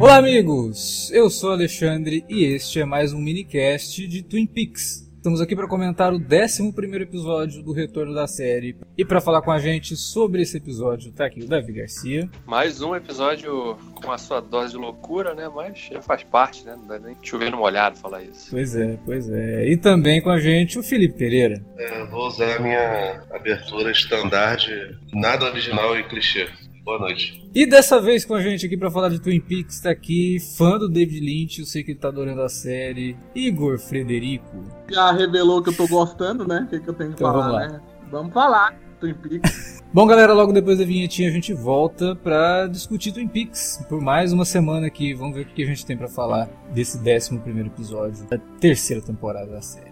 Olá, amigos! Eu sou Alexandre e este é mais um minicast de Twin Peaks. Estamos aqui para comentar o 11º episódio do retorno da série. E para falar com a gente sobre esse episódio, tá aqui o Davi Garcia. Mais um episódio com a sua dose de loucura, né? Mas já faz parte, né? Não dá nem chover no molhado falar isso. Pois é. E também com a gente o Felipe Pereira. Vou usar a minha abertura standard, nada original e clichê. Boa noite. E dessa vez com a gente aqui pra falar de Twin Peaks, está aqui, fã do David Lynch, eu sei que ele tá adorando a série, Igor Frederico. Já revelou que eu tô gostando, né? O que eu tenho que então, falar, né? Vamos falar, Twin Peaks. Bom, galera, logo depois da vinhetinha a gente volta pra discutir Twin Peaks por mais uma semana aqui. Vamos ver o que a gente tem pra falar desse 11º episódio da 3ª temporada da série.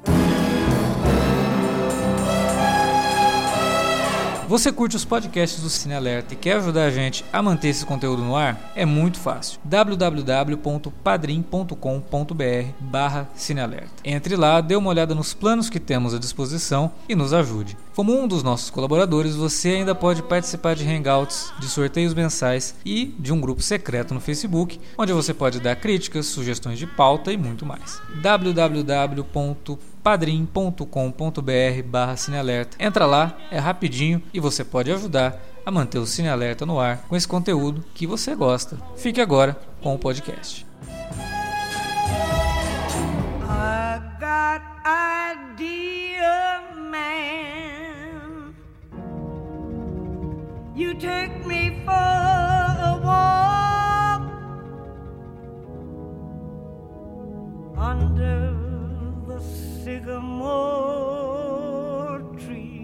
Você curte os podcasts do Cine Alerta e quer ajudar a gente a manter esse conteúdo no ar? É muito fácil. www.padrim.com.br/cinealerta. Entre lá, dê uma olhada nos planos que temos à disposição e nos ajude. Como um dos nossos colaboradores, você ainda pode participar de hangouts, de sorteios mensais e de um grupo secreto no Facebook, onde você pode dar críticas, sugestões de pauta e muito mais. www.padrim.com.br/cinealerta. Entra lá, é rapidinho e você pode ajudar a manter o Cine Alerta no ar com esse conteúdo que você gosta. Fique agora com o podcast. I got idea, man. You take me for a walk under the sycamore tree.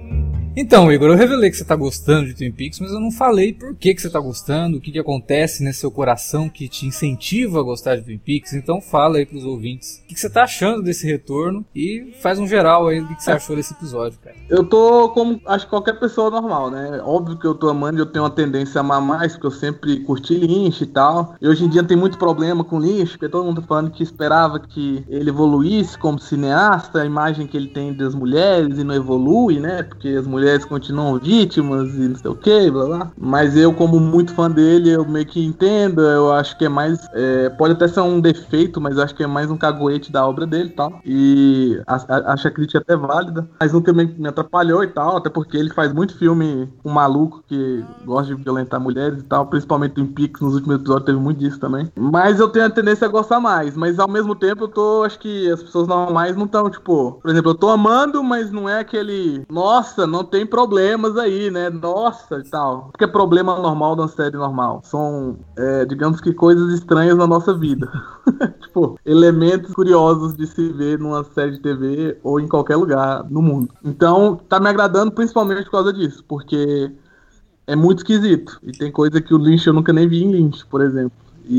Então, Igor, eu revelei que você tá gostando de Twin Peaks, mas eu não falei por que você tá gostando, o que acontece nesse seu coração que te incentiva a gostar de Twin Peaks. Então fala aí pros ouvintes o que você tá achando desse retorno e faz um geral aí do que você achou desse episódio, cara. Eu tô como acho que qualquer pessoa normal, né? Óbvio que eu tô amando e eu tenho uma tendência a amar mais, porque eu sempre curti Lynch e tal. E hoje em dia tem muito problema com Lynch, porque todo mundo tá falando que esperava que ele evoluísse como cineasta, a imagem que ele tem das mulheres e não evolui, né? Porque as mulheres continuam vítimas e não sei o que, blá blá. Mas eu, como muito fã dele, eu meio que entendo, eu acho que é mais... pode até ser um defeito, mas eu acho que é mais um caguete da obra dele e tal. E acho a crítica até válida, mas nunca me atrapalhou e tal, até porque ele faz muito filme com maluco que gosta de violentar mulheres e tal, principalmente em Peaks, nos últimos episódios teve muito disso também. Mas eu tenho a tendência a gostar mais, mas ao mesmo tempo acho que as pessoas normais não estão, tipo... Por exemplo, eu tô amando, mas não é aquele... Nossa, não tem problemas aí, né? Nossa e tal. Porque é problema normal de uma série normal. São, digamos que coisas estranhas na nossa vida. Tipo, elementos curiosos de se ver numa série de TV ou em qualquer lugar no mundo. Então, tá me agradando principalmente por causa disso, porque é muito esquisito. E tem coisa que o Lynch eu nunca nem vi em Lynch, por exemplo.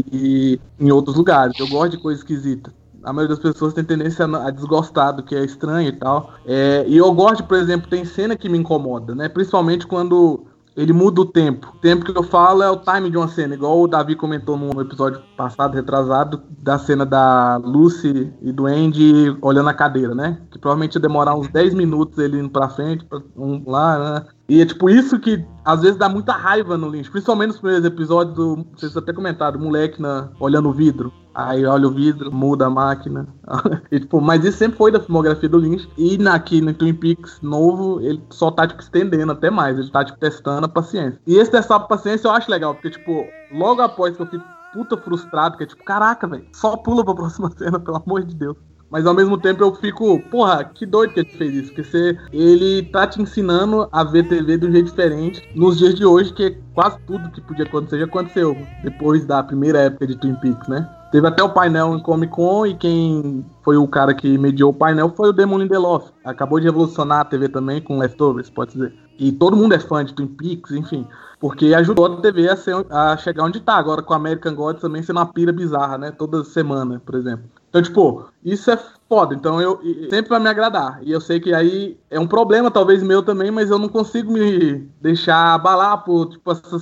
E em outros lugares. Eu gosto de coisa esquisita. A maioria das pessoas tem tendência a desgostar do que é estranho e tal. E eu gosto, por exemplo, tem cena que me incomoda, né? Principalmente quando ele muda o tempo. O tempo que eu falo é o time de uma cena, igual o Davi comentou no episódio passado, retrasado, da cena da Lucy e do Andy olhando a cadeira, né? Que provavelmente ia demorar uns 10 minutos ele indo pra frente, lá, né? E é tipo isso que às vezes dá muita raiva no Lynch, principalmente nos primeiros episódios vocês até comentaram, o moleque olhando o vidro. Aí olha o vidro, muda a máquina. E, tipo, mas isso sempre foi da filmografia do Lynch. E aqui no Twin Peaks novo, ele só tá tipo estendendo até mais. Ele tá tipo testando a paciência. E esse testar a paciência eu acho legal, porque tipo, logo após que eu fico puta frustrado, que é tipo, caraca, velho, só pula pra próxima cena, pelo amor de Deus. Mas ao mesmo tempo eu fico, porra, que doido que ele fez isso. Porque ele tá te ensinando a ver TV de um jeito diferente nos dias de hoje, que quase tudo que podia acontecer já aconteceu. Depois da primeira época de Twin Peaks, né? Teve até o painel em Comic Con e quem foi o cara que mediou o painel foi o Damon Lindelof. Acabou de revolucionar a TV também com Leftovers, pode dizer. E todo mundo é fã de Twin Peaks, enfim. Porque ajudou a TV a chegar onde tá. Agora com American Gods também sendo uma pira bizarra, né? Toda semana, por exemplo. Então, tipo, isso é foda. Então, sempre vai me agradar. E eu sei que aí é um problema, talvez, meu também, mas eu não consigo me deixar abalar por, tipo, essas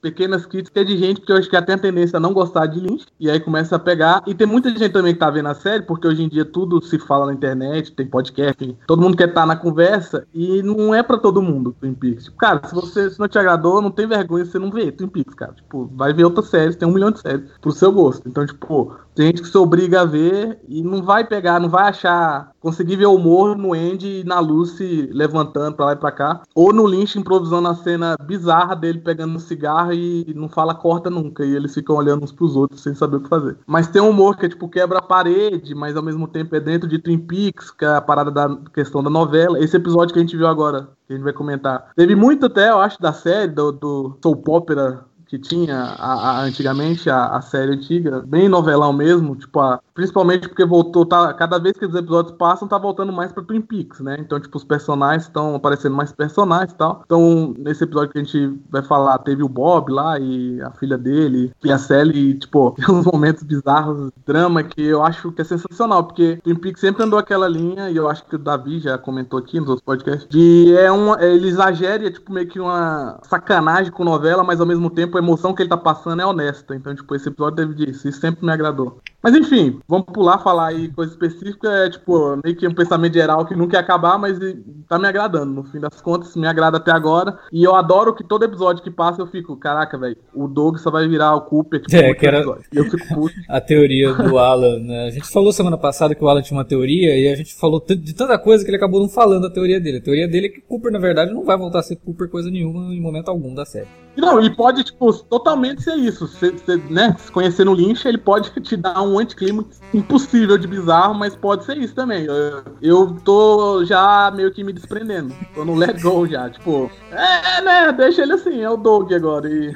pequenas críticas de gente que eu acho que tem a tendência a não gostar de Lynch, e aí começa a pegar. E tem muita gente também que tá vendo a série, porque hoje em dia tudo se fala na internet, tem podcast, todo mundo quer estar na conversa, e não é pra todo mundo Twin Peaks. Tipo, cara, se não te agradou, não tem vergonha, você não vê Twin Peaks, cara. Tipo, vai ver outras séries, tem 1 milhão de séries pro seu gosto. Então, tipo, tem gente que se obriga a ver e não vai pegar, não vai achar, conseguir ver o humor no Andy e na Lucy levantando pra lá e pra cá, ou no Lynch improvisando a cena bizarra dele pegando um cigarro e não fala corta nunca, e eles ficam olhando uns pros outros sem saber o que fazer. Mas tem um humor que é tipo quebra a parede, mas ao mesmo tempo é dentro de Twin Peaks, que é a parada da questão da novela. Esse episódio que a gente viu agora, que a gente vai comentar, teve muito até, eu acho, da série, do soap opera que tinha antigamente, a série antiga, bem novelão mesmo, tipo, principalmente porque voltou, cada vez que os episódios passam, tá voltando mais pra Twin Peaks, né? Então, tipo, os personagens estão aparecendo mais personagens e tal. Então, nesse episódio que a gente vai falar, teve o Bob lá e a filha dele e a Sally, e, tipo, tem uns momentos bizarros, drama, que eu acho que é sensacional, porque Twin Peaks sempre andou aquela linha, e eu acho que o Davi já comentou aqui nos outros podcasts, de ele exagera, tipo, meio que uma sacanagem com novela, mas ao mesmo tempo a emoção que ele tá passando é honesta. Então, tipo, esse episódio teve disso. Isso sempre me agradou. Mas, enfim, vamos pular, falar aí coisa específica. Tipo, meio que um pensamento geral que nunca ia acabar, mas tá me agradando. No fim das contas, me agrada até agora. E eu adoro que todo episódio que passa eu fico, caraca, velho, o Doug só vai virar o Cooper, tipo, que era episódio. E eu fico puto. A teoria do Alan, né? A gente falou semana passada que o Alan tinha uma teoria e a gente falou de tanta coisa que ele acabou não falando a teoria dele. A teoria dele é que Cooper, na verdade, não vai voltar a ser Cooper coisa nenhuma em momento algum da série. Não, e pode, tipo, totalmente ser isso. Né, se conhecer no Lynch, ele pode te dar um anticlímax impossível de bizarro, mas pode ser isso também. Eu tô já meio que me desprendendo. Tô no let go já, tipo... né, deixa ele assim, é o Doug agora e...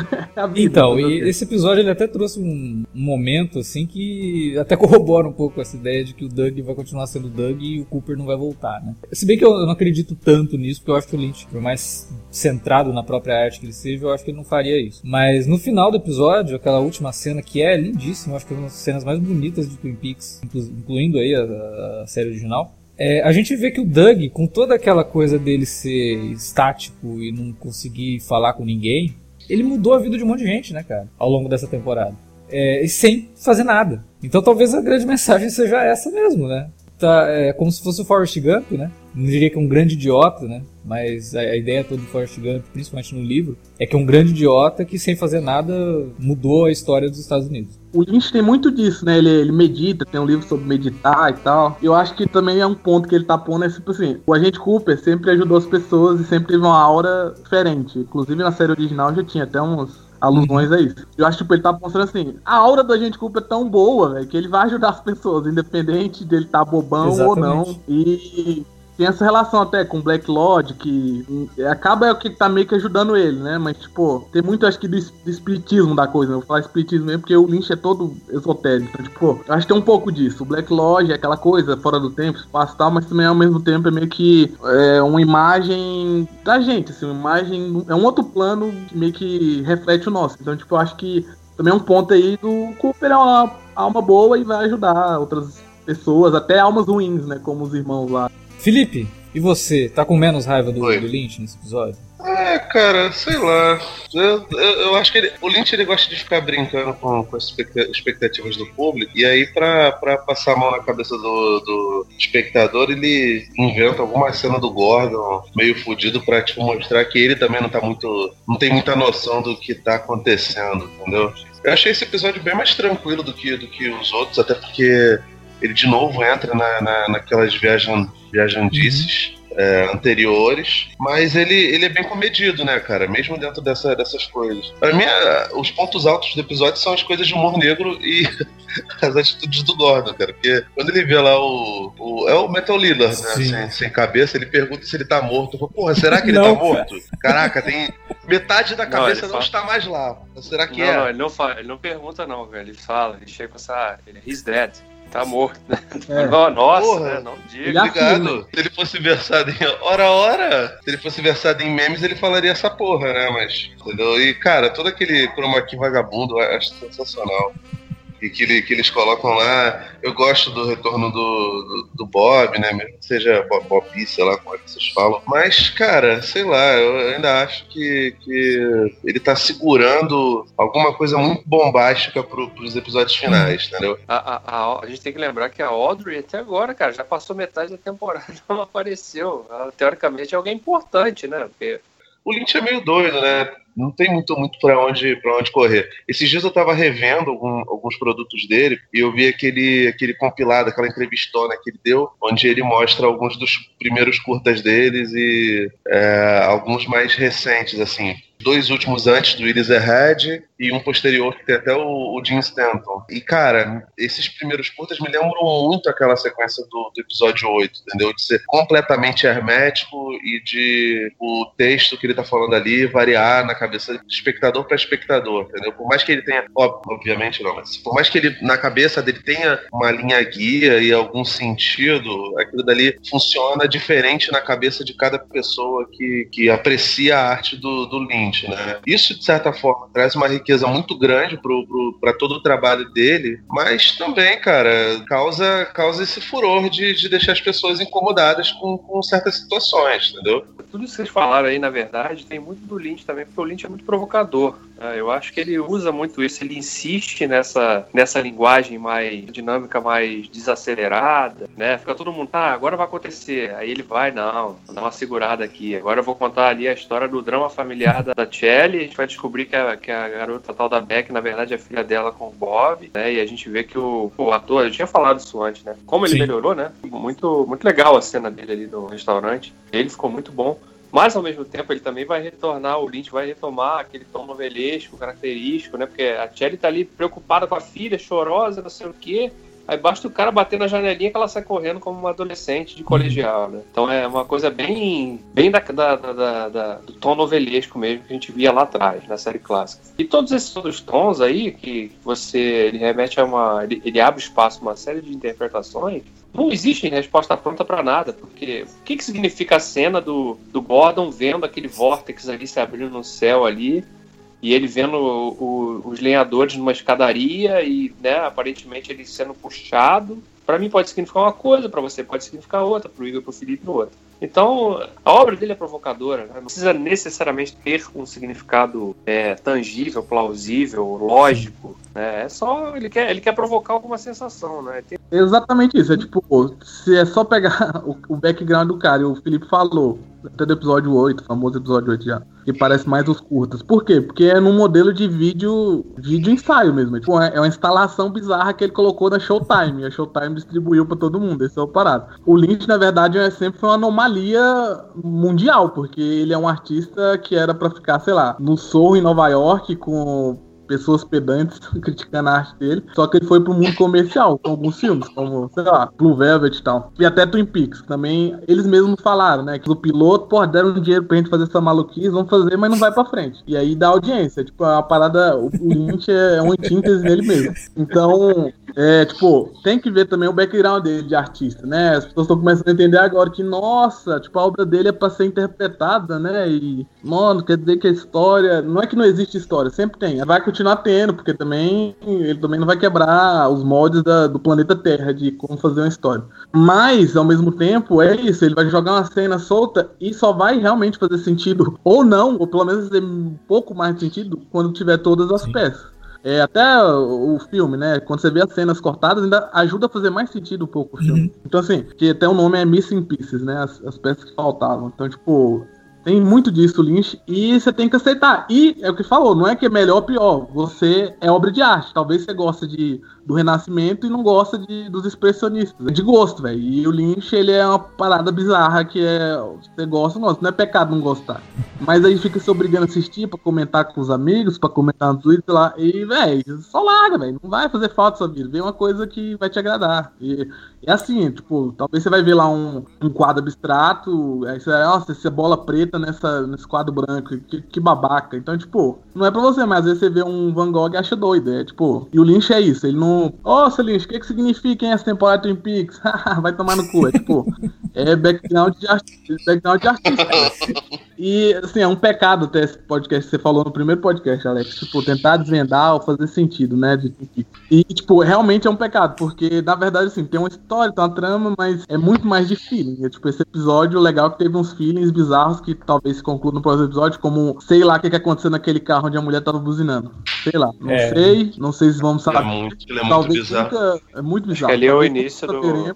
a vida, então, e esse episódio ele até trouxe um momento, assim, que até corrobora um pouco essa ideia de que o Doug vai continuar sendo o Doug e o Cooper não vai voltar, né? Se bem que eu não acredito tanto nisso, porque eu acho que o Lynch, por mais centrado na própria arte que ele seja, eu acho que ele não faria isso. Mas no final do episódio, aquela última cena que é lindíssima, eu acho que é uma das cenas mais bonitas de Twin Peaks, incluindo aí a série original, a gente vê que o Doug, com toda aquela coisa dele ser estático e não conseguir falar com ninguém, ele mudou a vida de um monte de gente, né, cara, ao longo dessa temporada. E sem fazer nada. Então talvez a grande mensagem seja essa mesmo, né? É como se fosse o Forrest Gump, né? Não diria que é um grande idiota, né? Mas a ideia toda do Forrest Gump, principalmente no livro, é que é um grande idiota que sem fazer nada mudou a história dos Estados Unidos. O Lynch tem muito disso, né? Ele medita, tem um livro sobre meditar e tal. Eu acho que também é um ponto que ele tá pondo, é tipo assim, o Agente Cooper sempre ajudou as pessoas e sempre teve uma aura diferente. Inclusive na série original já tinha até uns alusões a isso. Eu acho que tipo, ele tá mostrando assim, a aura do Agente Cooper é tão boa, velho, que ele vai ajudar as pessoas, independente dele tá bobão Exatamente. ou não. E tem essa relação até com o Black Lodge, que acaba o que tá meio que ajudando ele, né? Mas, tipo, tem muito, acho que, do espiritismo da coisa. Eu vou falar espiritismo mesmo, porque o Lynch é todo esotérico. Então, tipo, eu acho que tem um pouco disso. O Black Lodge é aquela coisa, fora do tempo, espaço e tal, mas também, ao mesmo tempo, é meio que uma imagem da gente, assim, uma imagem... É um outro plano que meio que reflete o nosso. Então, tipo, eu acho que também é um ponto aí do Cooper é uma alma boa e vai ajudar outras pessoas, até almas ruins, né? Como os irmãos lá. Felipe, e você? Tá com menos raiva do Lynch nesse episódio? Cara, sei lá. Eu acho que o Lynch ele gosta de ficar brincando com as expectativas do público. E aí, pra passar a mão na cabeça do espectador, ele inventa alguma cena do Gordon meio fudido pra tipo, mostrar que ele também não tem muita noção do que tá acontecendo, entendeu? Eu achei esse episódio bem mais tranquilo do que os outros, até porque ele de novo entra naquelas viajandices anteriores, mas ele é bem comedido, né, cara? Mesmo dentro dessas coisas. Pra mim, os pontos altos do episódio são as coisas de humor negro e as atitudes do Gordon, cara. Porque quando ele vê lá é o Metal Lillard, né? Sem cabeça, ele pergunta se ele tá morto. Eu falo, porra, será que ele tá morto? Caraca, tem metade da cabeça não está mais lá. Será que Não, ele não pergunta não, velho. Ele fala, ele chega com essa... He's dead. Tá morto, né? Nossa, porra, né? Não diga. Obrigado. Se ele fosse versado em se ele fosse versado em memes, ele falaria essa porra, né? Mas, entendeu? E, cara, todo aquele chroma key vagabundo eu acho sensacional. e que eles colocam lá. Eu gosto do retorno do Bob, né? Mesmo que seja Bob, sei lá como é que vocês falam. Mas, cara, sei lá, eu ainda acho que ele tá segurando alguma coisa muito bombástica pros episódios finais, entendeu? A gente tem que lembrar que a Audrey até agora, cara, já passou metade da temporada e não apareceu. Ela, teoricamente, é alguém importante, né? Porque o Lynch é meio doido, né? Não tem muito pra onde correr. Esses dias eu tava revendo alguns produtos dele e eu vi aquele compilado, aquela entrevistona que ele deu, onde ele mostra alguns dos primeiros curtas deles e alguns mais recentes, assim. 2 últimos antes do Eraserhead e um posterior que tem até o Jim Stanton. E, cara, esses primeiros curtas me lembram muito aquela sequência do episódio 8, entendeu? De ser completamente hermético e de o texto que ele tá falando ali variar na cabeça de espectador para espectador, entendeu? Por mais que ele tenha, obviamente não, mas por mais que ele, na cabeça dele, tenha uma linha guia e algum sentido, aquilo dali funciona diferente na cabeça de cada pessoa que aprecia a arte do Lynch. Né? Isso, de certa forma, traz uma riqueza muito grande para todo o trabalho dele, mas também, cara, causa esse furor de deixar as pessoas incomodadas com certas situações, entendeu? Tudo isso que vocês falaram aí, na verdade, tem muito do Lynch também, porque o Lynch é muito provocador. Eu acho que ele usa muito isso, ele insiste nessa linguagem mais dinâmica, mais desacelerada, né? Fica todo mundo, agora vai acontecer. Aí ele vai, não, vou dar uma segurada aqui. Agora eu vou contar ali a história do drama familiar da Shelley, a gente vai descobrir que a garota tal da Beck, na verdade, é filha dela com o Bob, né? E a gente vê que o ator, eu tinha falado isso antes, né? Como ele melhorou, né? Muito, muito legal a cena dele ali no restaurante. Ele ficou muito bom. Mas, ao mesmo tempo, ele também vai retornar, o Lynch vai retomar aquele tom novelesco, característico, né? Porque a Shelley tá ali preocupada com a filha, chorosa, não sei o quê. Aí basta o cara bater na janelinha que ela sai correndo como uma adolescente de colegial, né? Então é uma coisa bem do tom novelesco mesmo que a gente via lá atrás, na série clássica. E todos esses outros tons aí, que ele remete a ele abre espaço a uma série de interpretações, não existe resposta pronta pra nada, porque o que significa a cena do Gordon vendo aquele vórtex ali se abrindo no céu ali, e ele vendo os lenhadores numa escadaria e, né, aparentemente ele sendo puxado. Pra mim pode significar uma coisa, pra você pode significar outra, pro Igor e pro Felipe outra. Então, a obra dele é provocadora, né? Não precisa necessariamente ter um significado tangível, plausível, lógico, né? É só, ele quer provocar alguma sensação, né? Exatamente isso, é tipo, se é só pegar o background do cara, e o Felipe falou, até do episódio 8, famoso episódio 8 já, que parece mais os curtas. Por quê? Porque é num modelo de vídeo ensaio mesmo. Tipo, é uma instalação bizarra que ele colocou na Showtime, e a Showtime distribuiu pra todo mundo, esse é o parado. O Lynch, na verdade, sempre foi uma anomalia mundial, porque ele é um artista que era pra ficar, sei lá, no Soho em Nova York com pessoas pedantes criticando a arte dele, só que ele foi pro mundo comercial, com alguns filmes, como, sei lá, Blue Velvet e tal. E até Twin Peaks, também, eles mesmos falaram, né, que o piloto, deram dinheiro pra gente fazer essa maluquice, vamos fazer, mas não vai pra frente. E aí dá audiência, tipo, a parada, o Lynch é um antítese nele mesmo. Então, tem que ver também o background dele de artista, né, as pessoas estão começando a entender agora que, nossa, tipo, a obra dele é pra ser interpretada, né, e, mano, quer dizer que a história, não é que não existe história, sempre tem, vai continuar tendo, porque ele também não vai quebrar os moldes do planeta Terra de como fazer uma história. Mas, ao mesmo tempo, é isso, ele vai jogar uma cena solta e só vai realmente fazer sentido, ou não, ou pelo menos fazer um pouco mais de sentido quando tiver todas as peças. Até o filme, né? Quando você vê as cenas cortadas, ainda ajuda a fazer mais sentido um pouco o filme. Então, assim, que até o nome é Missing Pieces, né? As peças que faltavam. Então, tipo, tem muito disso, Lynch, e você tem que aceitar. E é o que falou, não é que é melhor ou pior. Você é obra de arte. Talvez você goste do Renascimento e não gosta dos expressionistas. É de gosto, velho. E o Lynch, ele é uma parada bizarra que você gosta ou não. Não é pecado não gostar. Mas aí fica se obrigando a assistir pra comentar com os amigos, pra comentar no Twitter, sei lá. E, velho, só larga, velho. Não vai fazer falta sua vida. Vê uma coisa que vai te agradar. E é assim, tipo, talvez você vai ver lá um quadro abstrato, aí você vai, nossa, essa bola preta nesse quadro branco, que babaca. Então, tipo, não é pra você, mas às vezes você vê um Van Gogh e acha doido. Tipo, e o Lynch é isso, ele não... Nossa, Lynch, o que significa essa temporada de Twin Peaks? Vai tomar no cu, tipo, é background de artista. E, assim, é um pecado ter esse podcast que você falou no primeiro podcast, Alex. Tipo, tentar desvendar ou fazer sentido, né? E, tipo, realmente é um pecado, porque, na verdade, assim, tem uma história, tem uma trama, mas é muito mais de feeling. É, tipo, esse episódio, legal que teve uns feelings bizarros que talvez se concluam no próximo episódio, como, sei lá, o que aconteceu naquele carro onde a mulher tava buzinando. Sei lá, não sei se vamos saber. Ele é muito bizarro. É muito bizarro. Acho que ali é o início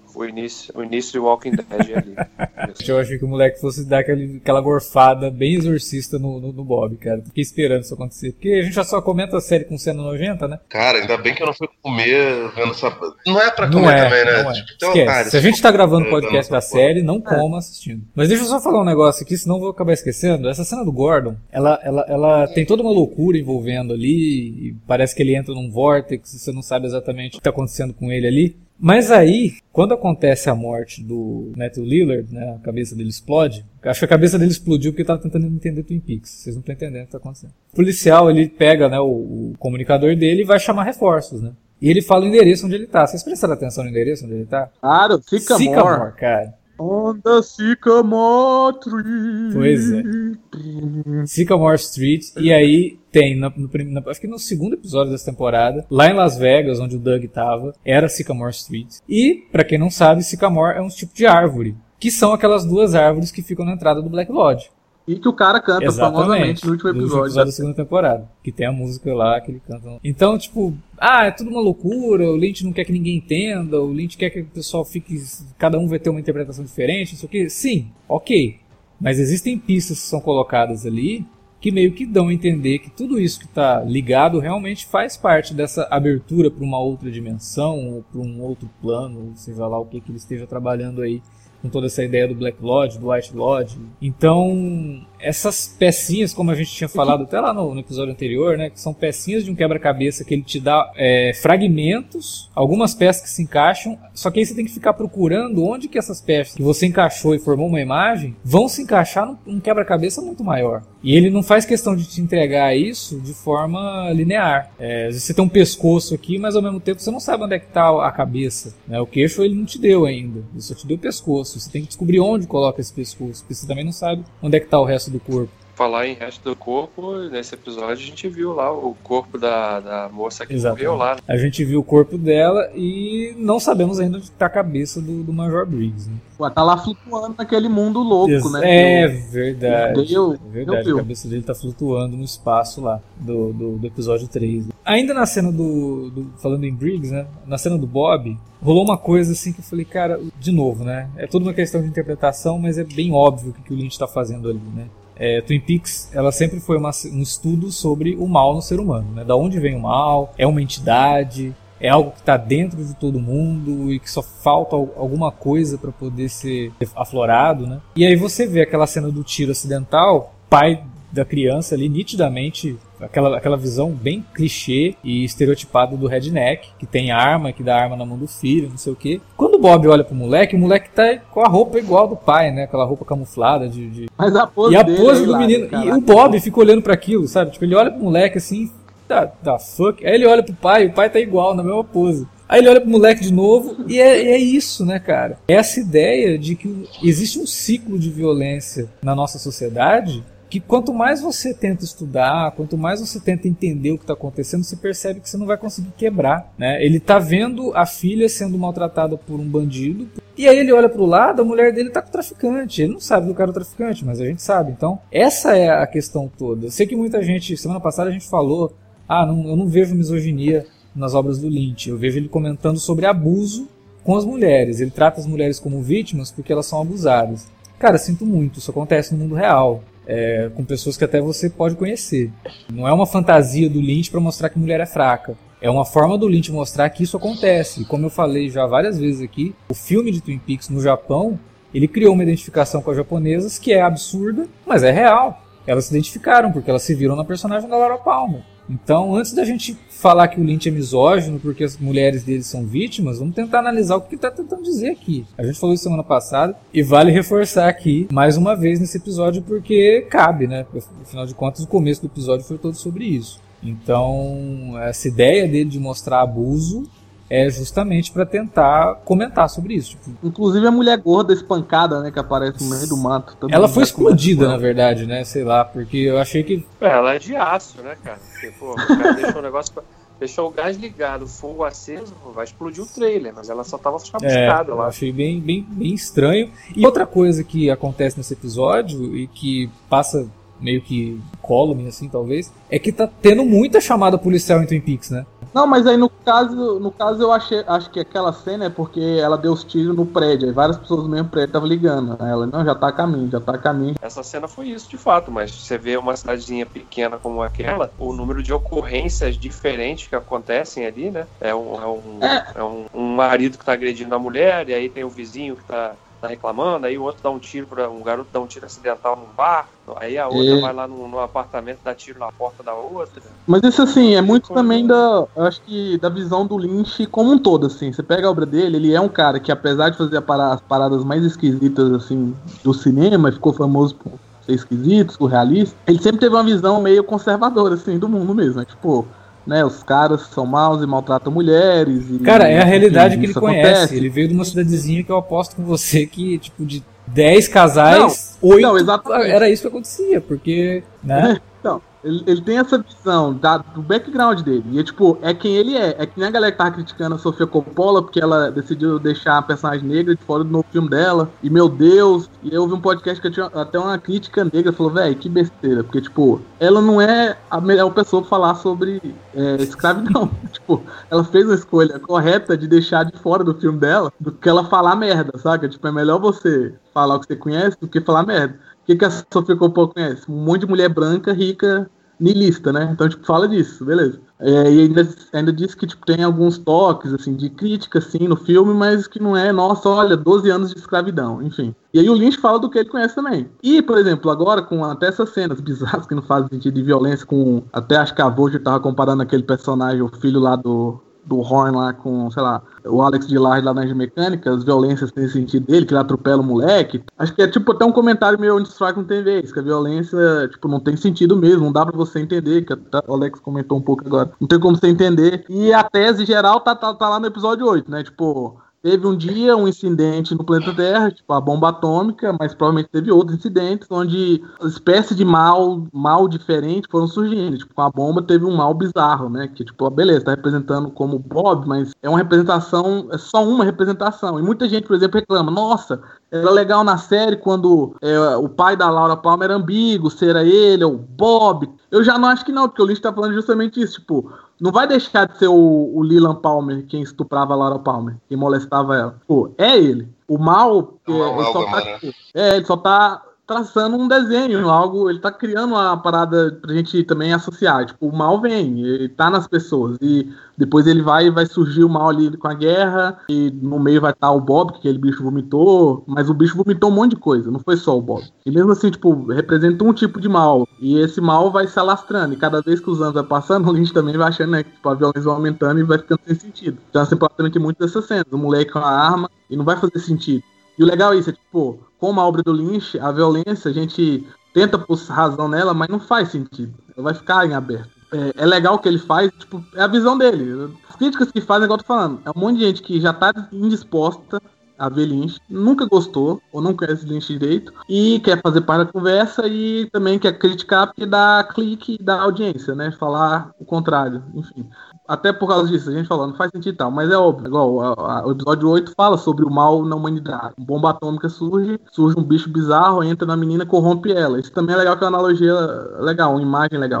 o início de Walking Dead ali. Eu achei que o moleque fosse dar aquela gorfada bem exorcista no Bob, cara. Fiquei esperando isso acontecer. Porque a gente já só comenta a série com cena nojenta, né? Cara, ainda bem que eu não fui comer vendo essa... Não é pra comer também, né? Não é. Tipo, otário, se a gente tá gravando podcast da série, não coma assistindo. Mas deixa eu só falar um negócio aqui, senão eu vou acabar esquecendo. Essa cena do Gordon, ela tem toda uma loucura envolvendo ali, e parece que ele entra num vórtex, e você não sabe exatamente o que tá acontecendo com ele ali. Mas aí, quando acontece a morte do Matthew Lillard, né, a cabeça dele explode. Acho que a cabeça dele explodiu porque ele tava tentando entender Twin Peaks. Vocês não estão entendendo o que tá acontecendo. O policial, ele pega, né, o comunicador dele e vai chamar reforços, né? E ele fala o endereço onde ele tá. Vocês prestaram atenção no endereço onde ele tá? Claro, Sycamore, cara. On the Sycamore Tree. Pois é. Sycamore Street. E aí tem, acho que no segundo episódio dessa temporada, lá em Las Vegas, onde o Doug tava, era Sycamore Street. E, pra quem não sabe, Sycamore é um tipo de árvore, que são aquelas duas árvores que ficam na entrada do Black Lodge. E que o cara canta famosamente no último episódio da segunda temporada. Que tem a música lá que ele canta. Então, tipo, é tudo uma loucura, o Lynch não quer que ninguém entenda, o Lynch quer que o pessoal fique... Cada um vai ter uma interpretação diferente, não sei o quê. Sim, ok. Mas existem pistas que são colocadas ali que meio que dão a entender que tudo isso que está ligado realmente faz parte dessa abertura para uma outra dimensão, ou para um outro plano, ou seja lá o que ele esteja trabalhando aí. Com toda essa ideia do Black Lodge, do White Lodge. Então, essas pecinhas, como a gente tinha falado até lá no episódio anterior, né, que são pecinhas de um quebra-cabeça que ele te dá fragmentos, algumas peças que se encaixam, só que aí você tem que ficar procurando onde que essas peças que você encaixou e formou uma imagem vão se encaixar num quebra-cabeça muito maior. E ele não faz questão de te entregar isso de forma linear. Às vezes você tem um pescoço aqui, mas ao mesmo tempo você não sabe onde é que está a cabeça. Né? O queixo ele não te deu ainda, ele só te deu o pescoço. Você tem que descobrir onde coloca esse pescoço, porque você também não sabe onde é que está o resto do corpo. Falar em resto do corpo, nesse episódio a gente viu lá o corpo da moça que morreu lá. A gente viu o corpo dela e não sabemos ainda onde está a cabeça do Major Briggs. Né? Ué, tá lá flutuando naquele mundo louco, né? É verdade. A cabeça dele tá flutuando no espaço lá do episódio 3. Ainda na cena falando em Briggs, né? Na cena do Bob, rolou uma coisa assim que eu falei, cara, de novo, né? É toda uma questão de interpretação, mas é bem óbvio o que o Lynch tá fazendo ali, né? Twin Peaks, ela sempre foi um estudo sobre o mal no ser humano, né? Da onde vem o mal, é uma entidade, é algo que está dentro de todo mundo e que só falta alguma coisa para poder ser aflorado, né? E aí você vê aquela cena do tiro acidental, pai da criança ali, nitidamente, aquela visão bem clichê e estereotipada do redneck, que tem arma, que dá arma na mão do filho, não sei o quê. Quando o Bob olha pro moleque, o moleque tá com a roupa igual do pai, né? Aquela roupa camuflada Mas a pose do menino... E o Bob fica olhando para aquilo, sabe? Tipo, ele olha pro moleque assim, da fuck. Aí ele olha pro pai, o pai tá igual, na mesma pose. Aí ele olha pro moleque de novo e é isso, né, cara? Essa ideia de que existe um ciclo de violência na nossa sociedade que quanto mais você tenta estudar, quanto mais você tenta entender o que está acontecendo, você percebe que você não vai conseguir quebrar, né? Ele tá vendo a filha sendo maltratada por um bandido, e aí ele olha pro lado, a mulher dele tá com o traficante. Ele não sabe do cara é o traficante, mas a gente sabe. Então, essa é a questão toda. Eu sei que muita gente, semana passada a gente falou, eu não vejo misoginia nas obras do Lynch, eu vejo ele comentando sobre abuso com as mulheres. Ele trata as mulheres como vítimas porque elas são abusadas. Cara, sinto muito, isso acontece no mundo real. Com pessoas que até você pode conhecer. Não é uma fantasia do Lynch para mostrar que mulher é fraca. É uma forma do Lynch mostrar que isso acontece. E como eu falei já várias vezes aqui, o filme de Twin Peaks no Japão, ele criou uma identificação com as japonesas que é absurda, mas é real. Elas se identificaram porque elas se viram na personagem da Laura Palmer. Então, antes da gente falar que o Lynch é misógino porque as mulheres dele são vítimas, vamos tentar analisar o que ele está tentando dizer aqui. A gente falou isso semana passada e vale reforçar aqui mais uma vez nesse episódio porque cabe, né? Afinal de contas, o começo do episódio foi todo sobre isso. Então, essa ideia dele de mostrar abuso é justamente pra tentar comentar sobre isso. Tipo, Inclusive a mulher gorda espancada, né, que aparece no meio do mato. ela foi explodida, na verdade, né? Sei lá, porque eu achei que... Ela é de aço, né, cara? Porque, pô, o cara deixou o negócio... Deixou o gás ligado, o fogo aceso, vai explodir o trailer, mas ela só tava chamuscada eu lá. achei bem estranho. E outra coisa que acontece nesse episódio, e que passa meio que column, assim, talvez, é que tá tendo muita chamada policial em Twin Peaks, né? Não, mas aí no caso eu acho que aquela cena é porque ela deu os tiros no prédio, aí várias pessoas do mesmo prédio estavam ligando. Aí ela, não, já tá a caminho. Essa cena foi isso de fato, mas você vê uma cidadezinha pequena como aquela, o número de ocorrências diferentes que acontecem ali, né? É um marido que tá agredindo a mulher, e aí tem o vizinho que tá reclamando, aí o outro dá um tiro um garoto dá um tiro acidental num bar, aí a outra vai lá no apartamento, dá tiro na porta da outra. Mas isso assim, é muito também eu acho que da visão do Lynch como um todo, assim. Você pega a obra dele, ele é um cara que apesar de fazer as paradas mais esquisitas, assim, do cinema, ficou famoso por ser esquisito, surrealista, ele sempre teve uma visão meio conservadora, assim, do mundo mesmo, né? Tipo, né, os caras são maus e maltratam mulheres. Cara, é a realidade que ele conhece. Acontece. Ele veio de uma cidadezinha que eu aposto com você que, tipo, de 10 casais, 8 era isso que acontecia, porque, né? Então, ele tem essa visão do background dele. E é quem ele é. É que nem a galera que tava criticando a Sofia Coppola porque ela decidiu deixar a personagem negra de fora do novo filme dela. E meu Deus, e eu ouvi um podcast que tinha até uma crítica negra, falou, velho, que besteira. Porque, ela não é a melhor pessoa pra falar sobre escravidão. Ela fez uma escolha correta de deixar de fora do filme dela do que ela falar merda, saca? É melhor você falar o que você conhece do que falar merda. O que a Sofia Coppola conhece? Um monte de mulher branca, rica, niilista, né? Então, fala disso, beleza. E ainda diz que, tem alguns toques, assim, de crítica, assim, no filme, mas que não é, nossa, olha, 12 anos de escravidão, enfim. E aí o Lynch fala do que ele conhece também. E, por exemplo, agora, com até essas cenas bizarras que não fazem sentido de violência, até acho que a Vogue tava comparando aquele personagem, o filho lá do Horn lá com, sei lá, o Alex de Large lá na Mecânica, as violências nesse sentido dele, que ele atropela o moleque. Acho que é até um comentário meio onde Strike não tem vez, que a violência, não tem sentido mesmo, não dá pra você entender, que até o Alex comentou um pouco agora. Não tem como você entender. E a tese geral tá lá no episódio 8, né? Teve um dia um incidente no planeta Terra, a bomba atômica, mas provavelmente teve outros incidentes onde espécies de mal diferentes foram surgindo. Com a bomba teve um mal bizarro, né? Que, beleza, tá representando como Bob, mas é uma representação, é só uma representação. E muita gente, por exemplo, reclama, nossa, era legal na série quando o pai da Laura Palmer era ambíguo, se era ele ou Bob. Eu já não acho que não, porque o Lynch tá falando justamente isso, não vai deixar de ser o Leland Palmer quem estuprava a Laura Palmer, quem molestava ela. É ele. O mal, ele só tá traçando um desenho, algo, ele tá criando uma parada pra gente também associar. O mal vem, ele tá nas pessoas, e depois ele vai surgir o mal ali com a guerra, e no meio vai estar o Bob, que aquele bicho vomitou, mas o bicho vomitou um monte de coisa, não foi só o Bob. E mesmo assim, representa um tipo de mal, e esse mal vai se alastrando, e cada vez que os anos vai passando, o Lynch também vai achando, né, que a violência vai aumentando e vai ficando sem sentido. Então, assim, tem muitas dessas cenas, o moleque com a arma, e não vai fazer sentido. E o legal é isso, como a obra do Lynch, a violência, a gente tenta pôr razão nela, mas não faz sentido. Ela vai ficar em aberto. É legal o que ele faz, é a visão dele. As críticas que fazem, igual eu tô falando, é um monte de gente que já tá indisposta a ver Lynch, nunca gostou, ou não conhece Lynch direito, e quer fazer parte da conversa, e também quer criticar porque dá clique da audiência, né? Falar o contrário, enfim. Até por causa disso, a gente falou, não faz sentido e tal, mas é óbvio, igual o episódio 8 fala sobre o mal na humanidade. Uma bomba atômica surge um bicho bizarro, entra na menina, corrompe ela. Isso também é legal, que é uma analogia legal, uma imagem legal.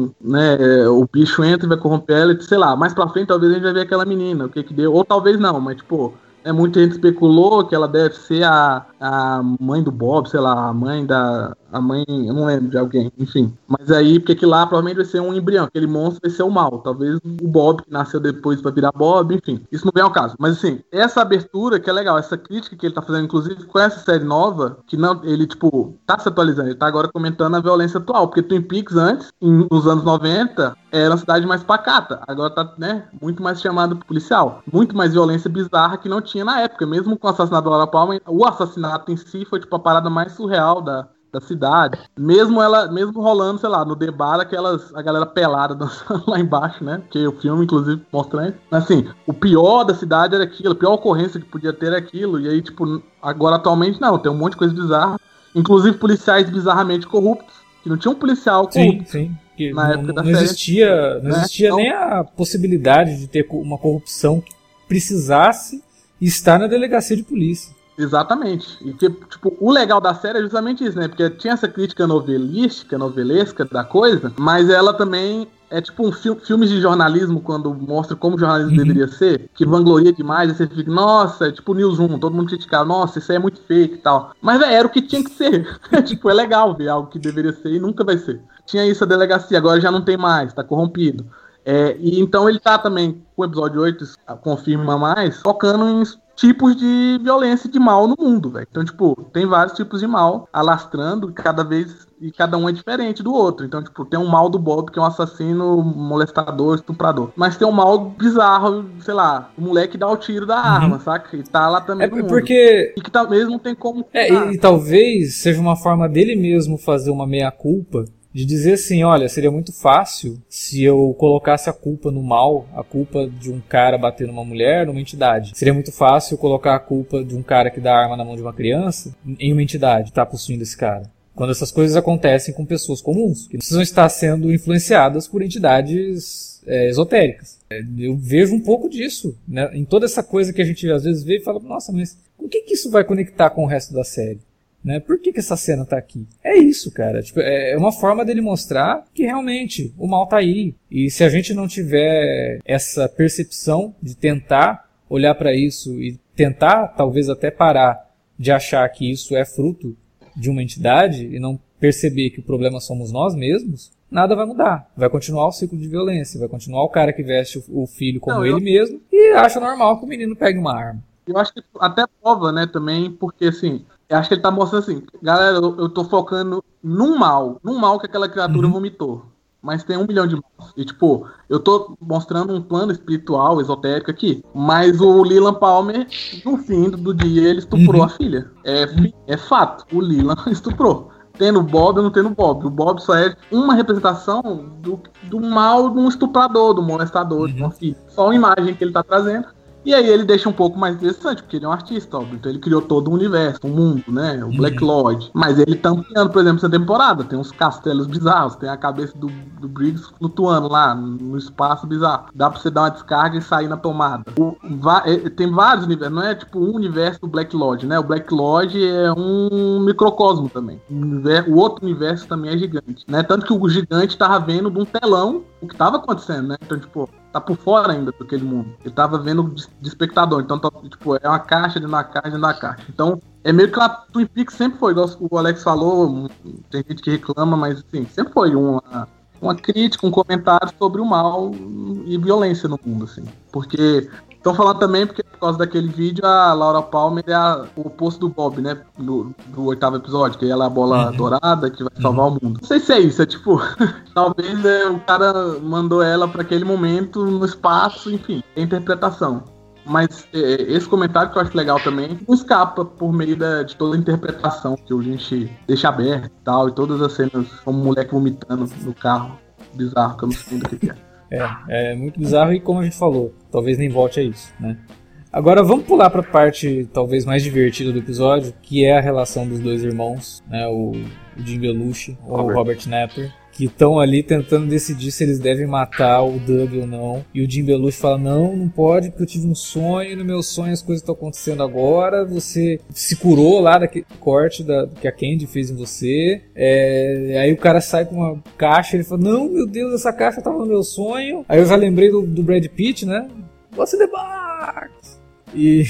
O bicho entra e vai corromper ela, e sei lá, mais pra frente talvez a gente vai ver aquela menina, o que deu, ou talvez não, mas muita gente especulou que ela deve ser a mãe do Bob, sei lá, a mãe, eu não lembro de alguém, enfim. Mas aí, porque aquilo lá provavelmente vai ser um embrião, aquele monstro vai ser o mal. Talvez o Bob, que nasceu depois, vai virar Bob, enfim. Isso não vem ao caso. Mas assim, essa abertura que é legal, essa crítica que ele tá fazendo, inclusive, com essa série nova, que não, ele, tá se atualizando, ele tá agora comentando a violência atual, porque Twin Peaks antes, nos anos 90, era uma cidade mais pacata. Agora tá, né, muito mais chamado policial. Muito mais violência bizarra que não tinha na época. Mesmo com o assassinato da Laura Palmer, o assassinato em si foi, a parada mais surreal da cidade. Mesmo rolando, sei lá, no debate, a galera pelada dançando lá embaixo, né? Que o filme, inclusive, mostra. Mas assim, o pior da cidade era aquilo, a pior ocorrência que podia ter era aquilo. E aí, tipo, agora atualmente não, tem um monte de coisa bizarra. Inclusive policiais bizarramente corruptos, que não tinha um policial corrupto. Sim. Que na época da não série. Não existia nem a possibilidade de ter uma corrupção que precisasse estar na delegacia de polícia. Exatamente. E que, tipo, o legal da série é justamente isso, né? Porque tinha essa crítica novelesca da coisa, mas ela também é tipo um filmes de jornalismo, quando mostra como o jornalismo deveria ser, que vangloria demais, aí você fica, nossa, é tipo Newsroom, todo mundo criticava, nossa, isso aí é muito fake e tal. Mas, velho, era o que tinha que ser. Tipo, é legal ver algo que deveria ser e nunca vai ser. Tinha isso a delegacia, agora já não tem mais, tá corrompido. E então ele tá também, com o episódio 8, confirma mais, focando em tipos de violência e de mal no mundo, velho. Então, tipo, tem vários tipos de mal alastrando, e cada um é diferente do outro. Então, tipo, tem um mal do Bob, que é um assassino, molestador, estuprador. Mas tem um mal bizarro, sei lá, o moleque dá o tiro da arma, saca? E tá lá também no mundo. Porque... E que talvez não tem como... E talvez seja uma forma dele mesmo fazer uma meia-culpa, de dizer assim, olha, seria muito fácil se eu colocasse a culpa no mal, a culpa de um cara bater numa mulher, numa entidade. Seria muito fácil colocar a culpa de um cara que dá arma na mão de uma criança em uma entidade, tá possuindo esse cara. Quando essas coisas acontecem com pessoas comuns, que precisam estar sendo influenciadas por entidades esotéricas. Eu vejo um pouco disso, né? Em toda essa coisa que a gente às vezes vê e fala, nossa, mas o que isso vai conectar com o resto da série? Né? Por que essa cena tá aqui? É isso, cara. Tipo, é uma forma dele mostrar que realmente o mal tá aí. E se a gente não tiver essa percepção de tentar olhar para isso e tentar, talvez até parar de achar que isso é fruto de uma entidade e não perceber que o problema somos nós mesmos, nada vai mudar. Vai continuar o ciclo de violência, vai continuar o cara que veste o filho como ele mesmo e acha normal que o menino pegue uma arma. Eu acho que até prova, né, também, porque assim, eu acho que ele tá mostrando assim, galera, eu tô focando num mal que aquela criatura vomitou. Mas tem 1 milhão de maus. E tipo, eu tô mostrando um plano espiritual, esotérico aqui. Mas o Leland Palmer, no fim do dia, ele estuprou a filha. É fato, o Leland estuprou. Tendo Bob ou não tendo Bob. O Bob só é uma representação do mal de um estuprador, do molestador, de uma filha. Só uma imagem que ele tá trazendo. E aí ele deixa um pouco mais interessante, porque ele é um artista, óbvio. Então ele criou todo um universo, um mundo, né? O Black Lodge. Mas ele tá ampliando, por exemplo, essa temporada. Tem uns castelos bizarros, tem a cabeça do Briggs flutuando lá no espaço bizarro. Dá pra você dar uma descarga e sair na tomada. Tem vários universos, não é tipo um universo do Black Lodge, né? O Black Lodge é um microcosmo também. O outro universo também é gigante, né? Tanto que o gigante tava vendo de um telão o que tava acontecendo, né? Então, tipo, tá por fora ainda daquele mundo. Ele tava vendo de espectador. Então, tipo, é uma caixa dentro da caixa dentro da caixa. Então, é meio que a Twin Peaks sempre foi, igual o Alex falou, tem gente que reclama, mas assim, sempre foi uma crítica, um comentário sobre o mal e violência no mundo, assim. Porque estão falando também porque por causa daquele vídeo a Laura Palmer é o oposto do Bob, né? Do 8º episódio, que ela é a bola dourada que vai salvar o mundo. Não sei se é isso, é tipo, talvez o cara mandou ela para aquele momento no espaço, enfim, é interpretação. Mas esse comentário que eu acho legal também não escapa por meio de toda a interpretação que a gente deixa aberta e tal, e todas as cenas como um moleque vomitando no carro bizarro, que eu não sei do que é. É muito bizarro e como a gente falou, talvez nem volte a isso, né? Agora vamos pular para a parte talvez mais divertida do episódio, que é a relação dos dois irmãos, né? O Jim Belushi ou o Robert Knapper, que estão ali tentando decidir se eles devem matar o Doug ou não. E o Jim Belushi fala, não pode, porque eu tive um sonho, e no meu sonho as coisas estão acontecendo agora, você se curou lá daquele corte que a Candy fez em você. Aí o cara sai com uma caixa, ele fala, não, meu Deus, essa caixa estava no meu sonho. Aí eu já lembrei do Brad Pitt, né? What's in the box? E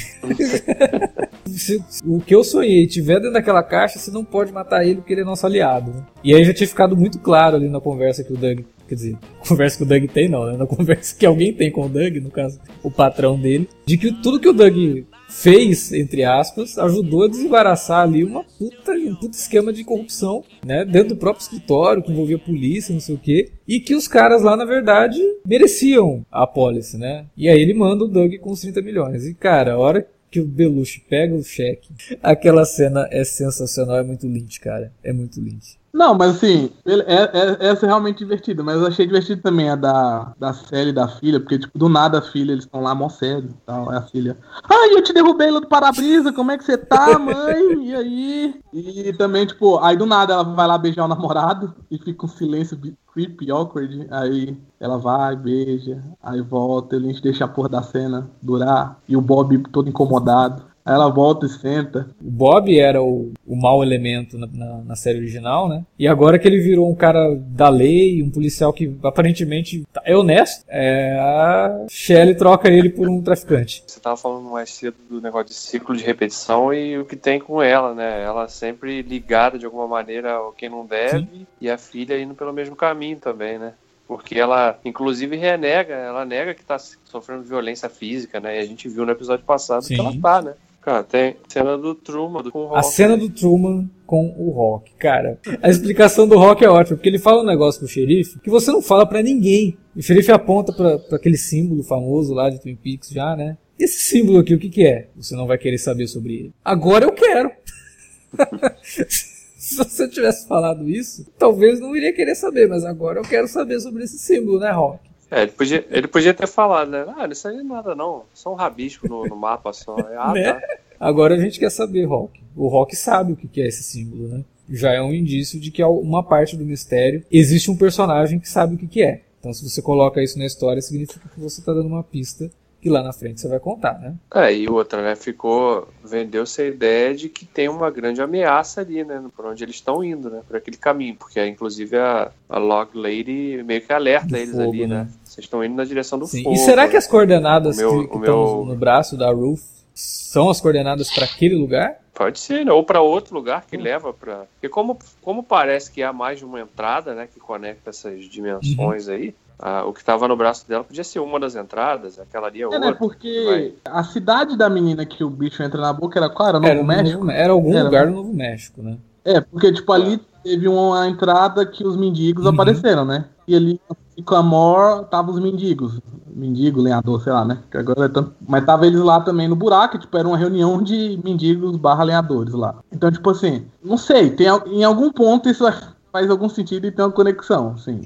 se o que eu sonhei tiver dentro daquela caixa, você não pode matar ele porque ele é nosso aliado, né? E aí já tinha ficado muito claro ali na conversa que o Doug, quer dizer, conversa que o Doug tem não, né? Na conversa que alguém tem com o Doug, no caso o patrão dele, de que tudo que o Doug fez, entre aspas, ajudou a desembaraçar ali um puta esquema de corrupção, né, dentro do próprio escritório, que envolvia polícia, não sei o quê, e que os caras lá, na verdade, mereciam a apólice, né? E aí ele manda o Doug com os 30 milhões. E, cara, a hora que o Belushi pega o cheque. Aquela cena é sensacional, é muito Lynch, cara. É muito Lynch. Não, mas assim, essa é realmente divertida, mas eu achei divertido também a da Sally e da filha, porque, tipo, do nada a filha, eles estão lá mó sério e tal, é a filha, ai, eu te derrubei lá do para-brisa, como é que você tá, mãe? E aí? E também, tipo, aí do nada ela vai lá beijar o namorado e fica um silêncio creepy, awkward, aí ela vai, beija, aí volta, a gente deixa a porra da cena durar, e o Bob todo incomodado. Aí ela volta e senta. O Bob era o mau elemento na série original, né? E agora que ele virou um cara da lei, um policial que aparentemente é honesto, a Shelley troca ele por um traficante. Você tava falando mais cedo do negócio de ciclo de repetição e o que tem com ela, né? Ela sempre ligada de alguma maneira ao quem não deve. Sim. E a filha indo pelo mesmo caminho também, né? Porque ela, inclusive, ela nega que tá sofrendo violência física, né? E a gente viu no episódio passado Sim. que ela tá, né? Cara, tem cena do Truman com o Rock. A cena do Truman com o Rock, cara. A explicação do Rock é ótima, porque ele fala um negócio pro xerife que você não fala pra ninguém. O xerife aponta pra aquele símbolo famoso lá de Twin Peaks já, né? Esse símbolo aqui, o que é? Você não vai querer saber sobre ele. Agora eu quero. Se você tivesse falado isso, talvez não iria querer saber, mas agora eu quero saber sobre esse símbolo, né, Rock? Ele podia ter falado, né? Isso aí não é nada não, só um rabisco no mapa só. Né? Tá. Agora a gente quer saber, Rock. O Rock sabe o que é esse símbolo, né? Já é um indício de que uma parte do mistério existe um personagem que sabe o que é. Então se você coloca isso na história, significa que você está dando uma pista que lá na frente você vai contar, né? E outra, né? Vendeu-se a ideia de que tem uma grande ameaça ali, né? Por onde eles estão indo, né? Por aquele caminho, porque inclusive a Log Lady meio que alerta eles fogo, ali, né? Vocês estão indo na direção do Sim. fogo. E será que as coordenadas que estão no braço da Ruth são as coordenadas para aquele lugar? Pode ser, né? Ou para outro lugar que leva para... Porque como parece que há mais de uma entrada, né? Que conecta essas dimensões aí, o que estava no braço dela podia ser uma das entradas, aquela ali é outra. Né? Porque a cidade da menina que o bicho entra na boca era qual? Era Novo México? Era algum lugar do Novo México, né? Porque tipo ali teve uma entrada que os mendigos apareceram, né? E ali em Sycamore tava os mendigos. Mendigo, lenhador, sei lá, né? Que agora mas tava eles lá também no buraco, tipo, era uma reunião de mendigos / lenhadores lá. Então, tipo assim, não sei, em algum ponto isso faz algum sentido e tem uma conexão, assim,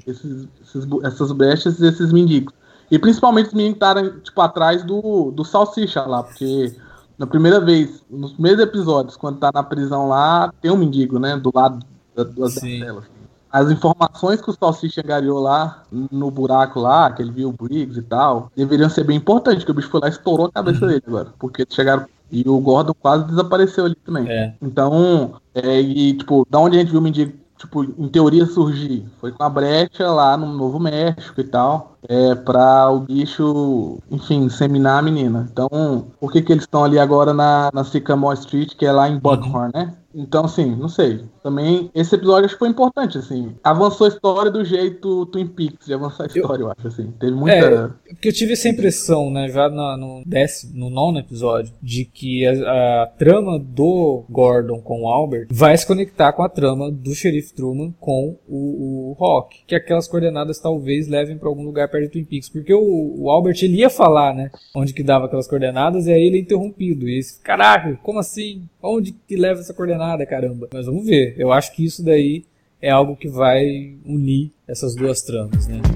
essas brechas e esses mendigos. E principalmente os mendigos estarem, tipo, atrás do Salsicha lá, porque na primeira vez, nos primeiros episódios, quando tá na prisão lá, tem um mendigo, né, do lado das telas. As informações que o Salsicha angariou lá no buraco lá, que ele viu o Briggs e tal, deveriam ser bem importantes, porque o bicho foi lá e estourou a cabeça dele agora. Porque chegaram. E o Gordon quase desapareceu ali também. Então, e tipo, da onde a gente viu o mendigo, tipo, em teoria surgir? Foi com a brecha lá no Novo México e tal. Pra o bicho, enfim, inseminar a menina. Então, por que eles estão ali agora na Sycamore Street, que é lá em Buckhorn, né? Então, assim, não sei. Também, esse episódio acho que foi importante, assim. Avançou a história do jeito Twin Peaks de avançar a história, eu acho, assim. Teve muita... Porque eu tive essa impressão, né, já no 9º episódio, de que a trama do Gordon com o Albert vai se conectar com a trama do Xerife Truman com o Rock. Que aquelas coordenadas talvez levem pra algum lugar perto de Twin Peaks. Porque o Albert, ele ia falar, né, onde que dava aquelas coordenadas, e aí ele é interrompido. E esse, caraca, como assim? Onde que leva essa coordenada? Caramba. Mas vamos ver. Eu acho que isso daí é algo que vai unir essas duas tramas, né?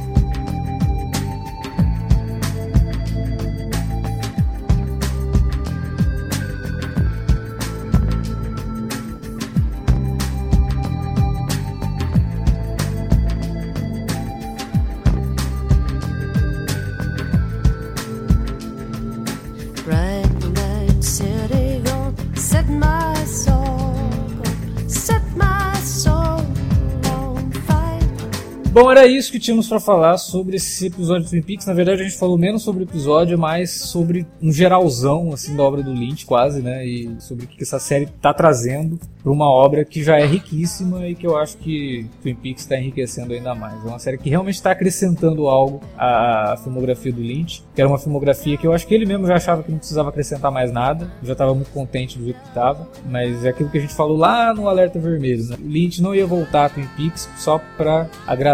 Bom, era isso que tínhamos para falar sobre esse episódio de Twin Peaks. Na verdade, a gente falou menos sobre o episódio, mais sobre um geralzão assim, da obra do Lynch, quase, né? E sobre o que essa série tá trazendo para uma obra que já é riquíssima e que eu acho que Twin Peaks está enriquecendo ainda mais. É uma série que realmente está acrescentando algo à filmografia do Lynch, que era uma filmografia que eu acho que ele mesmo já achava que não precisava acrescentar mais nada. Eu já estava muito contente do jeito que estava, mas é aquilo que a gente falou lá no Alerta Vermelho, né? O Lynch não ia voltar a Twin Peaks só para agradar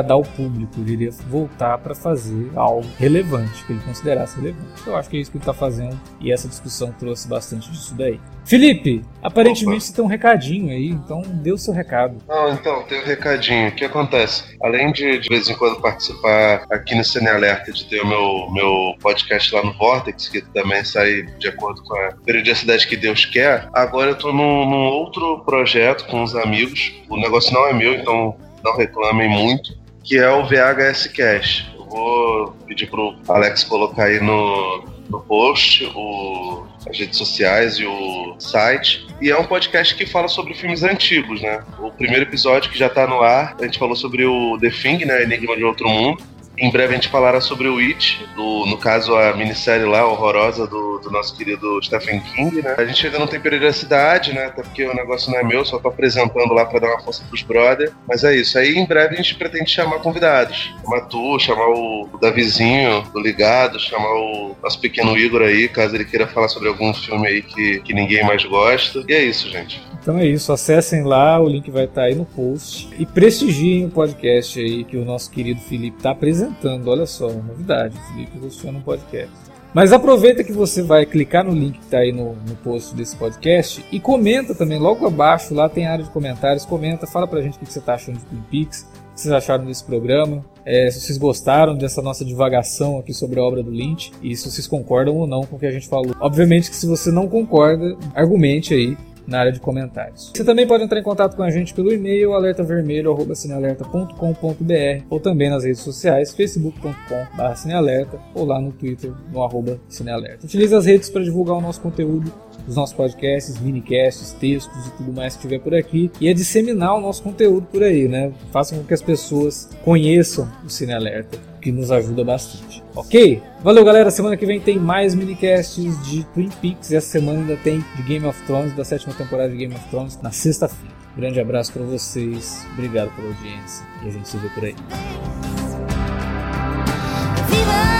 agradar o público, ele iria voltar para fazer algo relevante, que ele considerasse relevante. Eu acho que é isso que ele está fazendo, e essa discussão trouxe bastante disso daí. Felipe, aparentemente você tem um recadinho aí, então dê o seu recado. Não, então, tem um recadinho. O que acontece? Além de vez em quando participar aqui no Cine Alerta, de ter o meu podcast lá no Vortex, que também sai de acordo com a periodicidade que Deus quer, agora eu tô num outro projeto com uns amigos. O negócio não é meu, então não reclamem muito, que é o VHS Cash. Eu vou pedir pro Alex colocar aí no post as redes sociais e o site. E é um podcast que fala sobre filmes antigos, né? O primeiro episódio, que já tá no ar, a gente falou sobre o The Thing, né? Enigma de Outro Mundo. Em breve a gente falará sobre o It, no caso a minissérie lá, horrorosa do nosso querido Stephen King, né? A gente ainda não tem periodicidade, né? Até porque o negócio não é meu, só tô apresentando lá pra dar uma força pros brother. Mas é isso. Aí em breve a gente pretende chamar convidados. Chamar tu, chamar o Davizinho do Ligado, chamar o nosso pequeno Igor aí, caso ele queira falar sobre algum filme aí que ninguém mais gosta. E é isso, gente. Então é isso, acessem lá, o link vai estar aí no post e prestigiem o podcast aí que o nosso querido Felipe está apresentando. Olha só, uma novidade, o Felipe gostou no podcast. Mas aproveita que você vai clicar no link que está aí no post desse podcast e comenta também, logo abaixo, lá tem a área de comentários, comenta, fala pra gente o que você está achando de Twin Peaks, o que vocês acharam desse programa, se vocês gostaram dessa nossa divagação aqui sobre a obra do Lynch e se vocês concordam ou não com o que a gente falou. Obviamente que se você não concorda, argumente aí na área de comentários. Você também pode entrar em contato com a gente pelo e-mail alertavermelho@cinealerta.com.br ou também nas redes sociais facebook.com/cinealerta ou lá no Twitter no @cinealerta. Utilize as redes para divulgar o nosso conteúdo, os nossos podcasts, minicasts, textos e tudo mais que tiver por aqui e a disseminar o nosso conteúdo por aí, né? Façam com que as pessoas conheçam o Cine Alerta, que nos ajuda bastante. Ok? Valeu, galera. Semana que vem tem mais minicasts de Twin Peaks e essa semana ainda tem de Game of Thrones, da 7ª temporada de Game of Thrones, na sexta-feira. Grande abraço para vocês. Obrigado pela audiência e a gente se vê por aí. Viva!